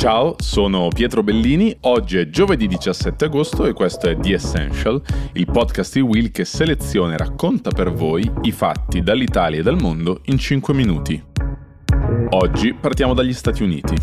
Ciao, sono Pietro Bellini, oggi è giovedì 17 agosto e questo è The Essential, il podcast di Will che seleziona e racconta per voi i fatti dall'Italia e dal mondo in 5 minuti. Oggi partiamo dagli Stati Uniti.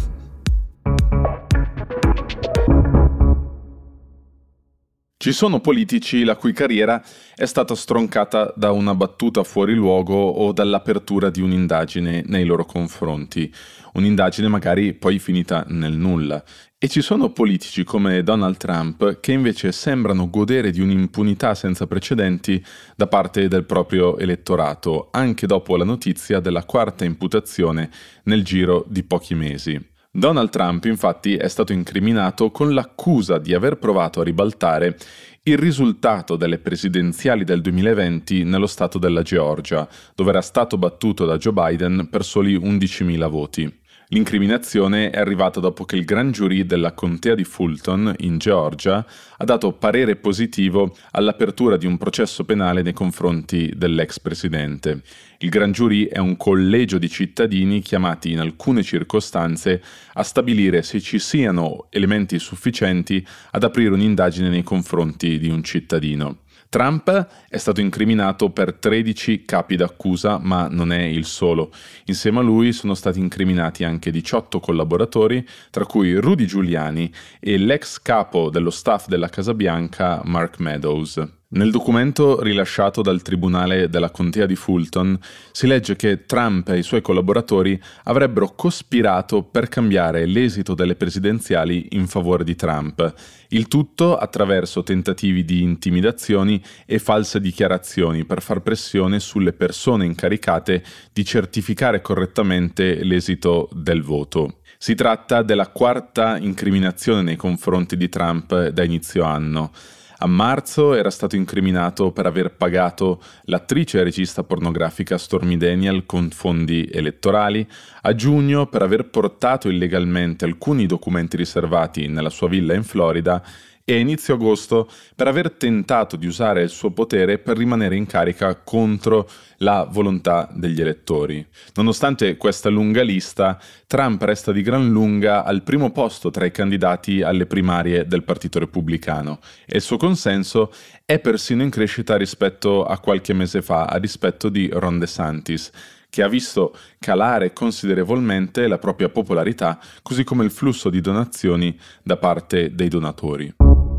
Ci sono politici la cui carriera è stata stroncata da una battuta fuori luogo o dall'apertura di un'indagine nei loro confronti. Un'indagine magari poi finita nel nulla. E ci sono politici come Donald Trump che invece sembrano godere di un'impunità senza precedenti da parte del proprio elettorato, anche dopo la notizia della quarta imputazione nel giro di pochi mesi. Donald Trump infatti è stato incriminato con l'accusa di aver provato a ribaltare il risultato delle presidenziali del 2020 nello stato della Georgia, dove era stato battuto da Joe Biden per soli 11.000 voti. L'incriminazione è arrivata dopo che il Grand Jury della contea di Fulton, in Georgia, ha dato parere positivo all'apertura di un processo penale nei confronti dell'ex presidente. Il Grand Jury è un collegio di cittadini chiamati in alcune circostanze a stabilire se ci siano elementi sufficienti ad aprire un'indagine nei confronti di un cittadino. Trump è stato incriminato per 13 capi d'accusa, ma non è il solo. Insieme a lui sono stati incriminati anche 18 collaboratori, tra cui Rudy Giuliani e l'ex capo dello staff della Casa Bianca, Mark Meadows. Nel documento rilasciato dal Tribunale della Contea di Fulton si legge che Trump e i suoi collaboratori avrebbero cospirato per cambiare l'esito delle presidenziali in favore di Trump, il tutto attraverso tentativi di intimidazioni e false dichiarazioni per far pressione sulle persone incaricate di certificare correttamente l'esito del voto. Si tratta della quarta incriminazione nei confronti di Trump da inizio anno. A marzo era stato incriminato per aver pagato l'attrice e regista pornografica Stormy Daniels con fondi elettorali, a giugno per aver portato illegalmente alcuni documenti riservati nella sua villa in Florida e a inizio agosto per aver tentato di usare il suo potere per rimanere in carica contro la volontà degli elettori. Nonostante questa lunga lista, Trump resta di gran lunga al primo posto tra i candidati alle primarie del Partito Repubblicano e il suo consenso è persino in crescita rispetto a qualche mese fa, a dispetto di Ron DeSantis, che ha visto calare considerevolmente la propria popolarità, così come il flusso di donazioni da parte dei donatori.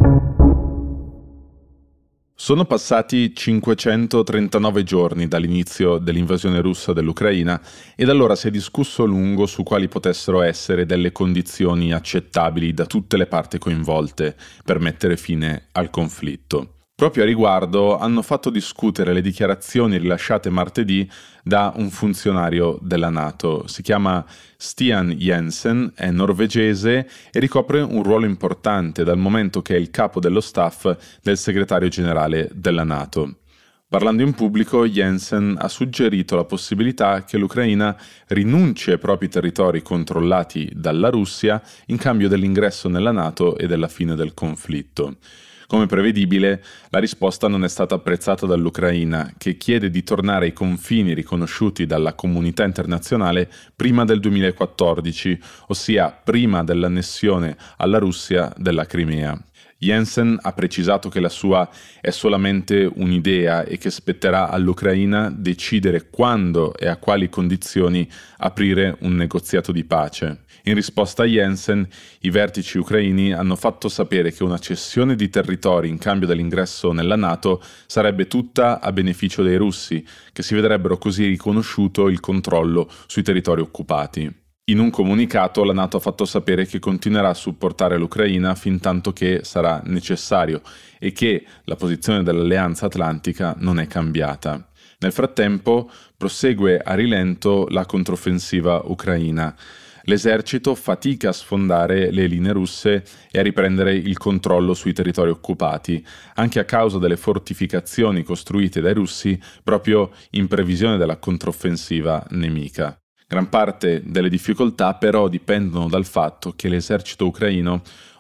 Sono passati 539 giorni dall'inizio dell'invasione russa dell'Ucraina e da allora si è discusso a lungo su quali potessero essere delle condizioni accettabili da tutte le parti coinvolte per mettere fine al conflitto. Proprio a riguardo hanno fatto discutere le dichiarazioni rilasciate martedì da un funzionario della NATO. Si chiama Stian Jensen, è norvegese e ricopre un ruolo importante dal momento che è il capo dello staff del segretario generale della NATO. Parlando in pubblico, Jensen ha suggerito la possibilità che l'Ucraina rinunci ai propri territori controllati dalla Russia in cambio dell'ingresso nella NATO e della fine del conflitto. Come prevedibile, la risposta non è stata apprezzata dall'Ucraina, che chiede di tornare ai confini riconosciuti dalla comunità internazionale prima del 2014, ossia prima dell'annessione alla Russia della Crimea. Jensen ha precisato che la sua è solamente un'idea e che spetterà all'Ucraina decidere quando e a quali condizioni aprire un negoziato di pace. In risposta a Jensen, i vertici ucraini hanno fatto sapere che una cessione di territori in cambio dell'ingresso nella NATO sarebbe tutta a beneficio dei russi, che si vedrebbero così riconosciuto il controllo sui territori occupati. In un comunicato la NATO ha fatto sapere che continuerà a supportare l'Ucraina fintanto che sarà necessario e che la posizione dell'Alleanza Atlantica non è cambiata. Nel frattempo prosegue a rilento la controffensiva ucraina. L'esercito fatica a sfondare le linee russe e a riprendere il controllo sui territori occupati, anche a causa delle fortificazioni costruite dai russi proprio in previsione della controffensiva nemica. Gran parte delle difficoltà però dipendono dal fatto che l'esercito ucraino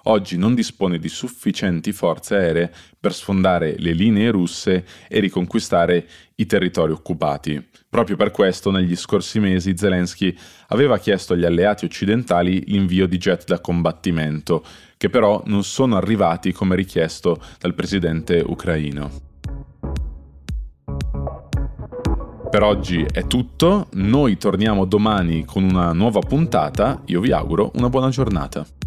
oggi non dispone di sufficienti forze aeree per sfondare le linee russe e riconquistare i territori occupati. Proprio per questo, negli scorsi mesi, Zelensky aveva chiesto agli alleati occidentali l'invio di jet da combattimento, che però non sono arrivati come richiesto dal presidente ucraino. Per oggi è tutto, noi torniamo domani con una nuova puntata, io vi auguro una buona giornata.